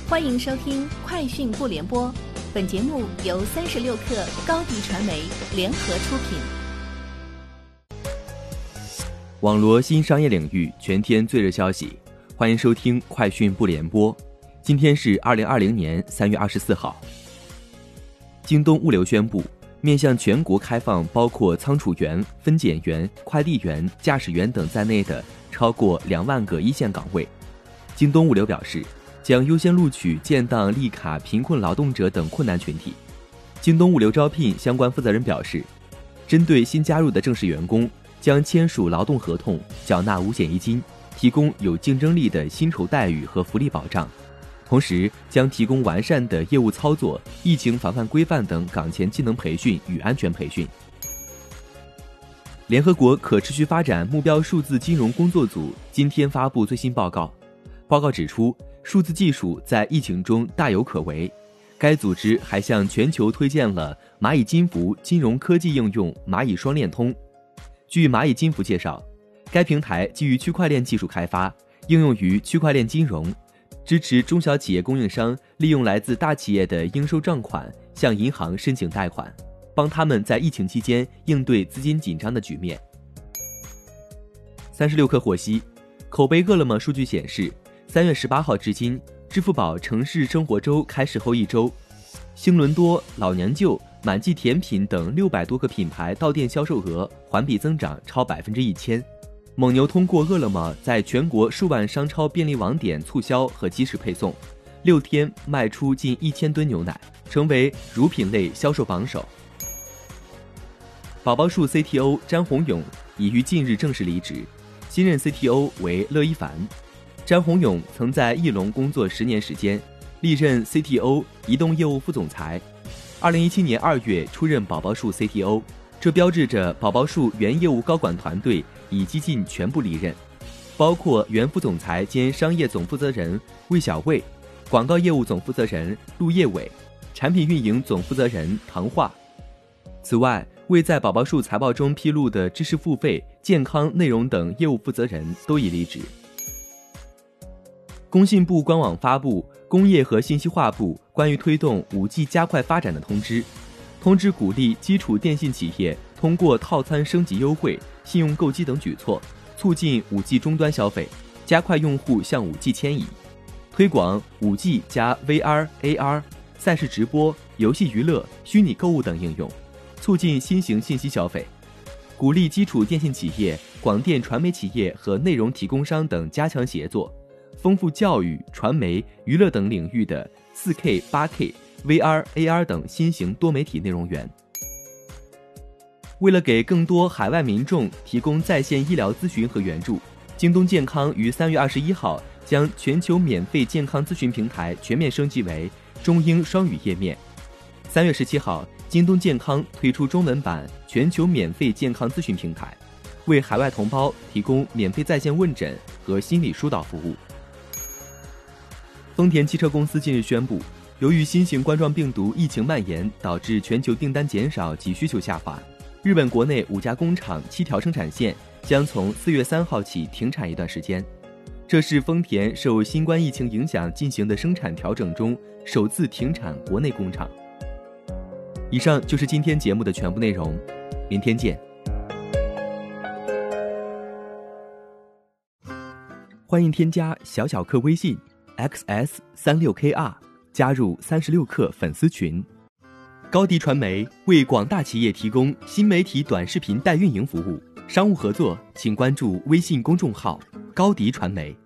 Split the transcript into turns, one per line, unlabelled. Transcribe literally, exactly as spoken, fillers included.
欢迎收听快讯不联播，本节目由三十六克高迪传媒联合出品。
网罗新商业领域全天最热消息，欢迎收听快讯不联播。今天是二零二零年三月二十四号。京东物流宣布，面向全国开放包括仓储员、分拣员、快递员、驾驶员等在内的超过两万个一线岗位。京东物流表示，将优先录取建档立卡贫困劳动者等困难群体。京东物流招聘相关负责人表示，针对新加入的正式员工，将签署劳动合同，缴纳五险一金，提供有竞争力的薪酬待遇和福利保障，同时将提供完善的业务操作、疫情防范规范等岗前技能培训与安全培训。联合国可持续发展目标数字金融工作组今天发布最新报告，报告指出，数字技术在疫情中大有可为。该组织还向全球推荐了蚂蚁金服金融科技应用蚂蚁双链通。据蚂蚁金服介绍，该平台基于区块链技术开发，应用于区块链金融，支持中小企业供应商利用来自大企业的应收账款向银行申请贷款，帮他们在疫情期间应对资金紧张的局面。三十六氪获悉，口碑饿了么数据显示，三月十八号至今，支付宝城市生活周开始后一周，星伦多、老娘舅、满记甜品等六百多个品牌到店销售额环比增长超百分之一千。蒙牛通过饿了么在全国数万商超便利网点促销和即时配送，六天卖出近一千吨牛奶，成为乳品类销售榜首。宝宝树 C T O 詹宏勇已于近日正式离职，新任 C T O 为乐一凡。詹宏勇曾在翼龙工作十年时间，历任 C T O、移动业务副总裁。二零一七年二月出任宝宝树 C T O， 这标志着宝宝树原业务高管团队已几近全部离任，包括原副总裁兼商业总负责人魏小卫、广告业务总负责人陆业伟、产品运营总负责人唐化。此外，未在宝宝树财报中披露的知识付费、健康、内容等业务负责人都已离职。工信部官网发布工业和信息化部关于推动 五 G 加快发展的通知，通知鼓励基础电信企业通过套餐升级优惠、信用购机等举措，促进 五 G 终端消费，加快用户向 五 G 迁移，推广 五 G 加 V R、A R、赛事直播、游戏娱乐、虚拟购物等应用，促进新型信息消费，鼓励基础电信企业、广电传媒企业和内容提供商等加强协作，丰富教育、传媒、娱乐等领域的 四 K、八 K、V R、A R 等新型多媒体内容源。为了给更多海外民众提供在线医疗咨询和援助，京东健康于三月二十一号将全球免费健康咨询平台全面升级为中英双语页面。三月十七号，京东健康推出中文版全球免费健康咨询平台，为海外同胞提供免费在线问诊和心理疏导服务。丰田汽车公司近日宣布，由于新型冠状病毒疫情蔓延，导致全球订单减少及需求下滑，日本国内五家工厂七条生产线将从四月三号起停产一段时间。这是丰田受新冠疫情影响进行的生产调整中首次停产国内工厂。以上就是今天节目的全部内容，明天见。欢迎添加小小客微信 X S 三六 K R 加入三十六氪粉丝群。高迪传媒为广大企业提供新媒体短视频代运营服务，商务合作请关注微信公众号高迪传媒。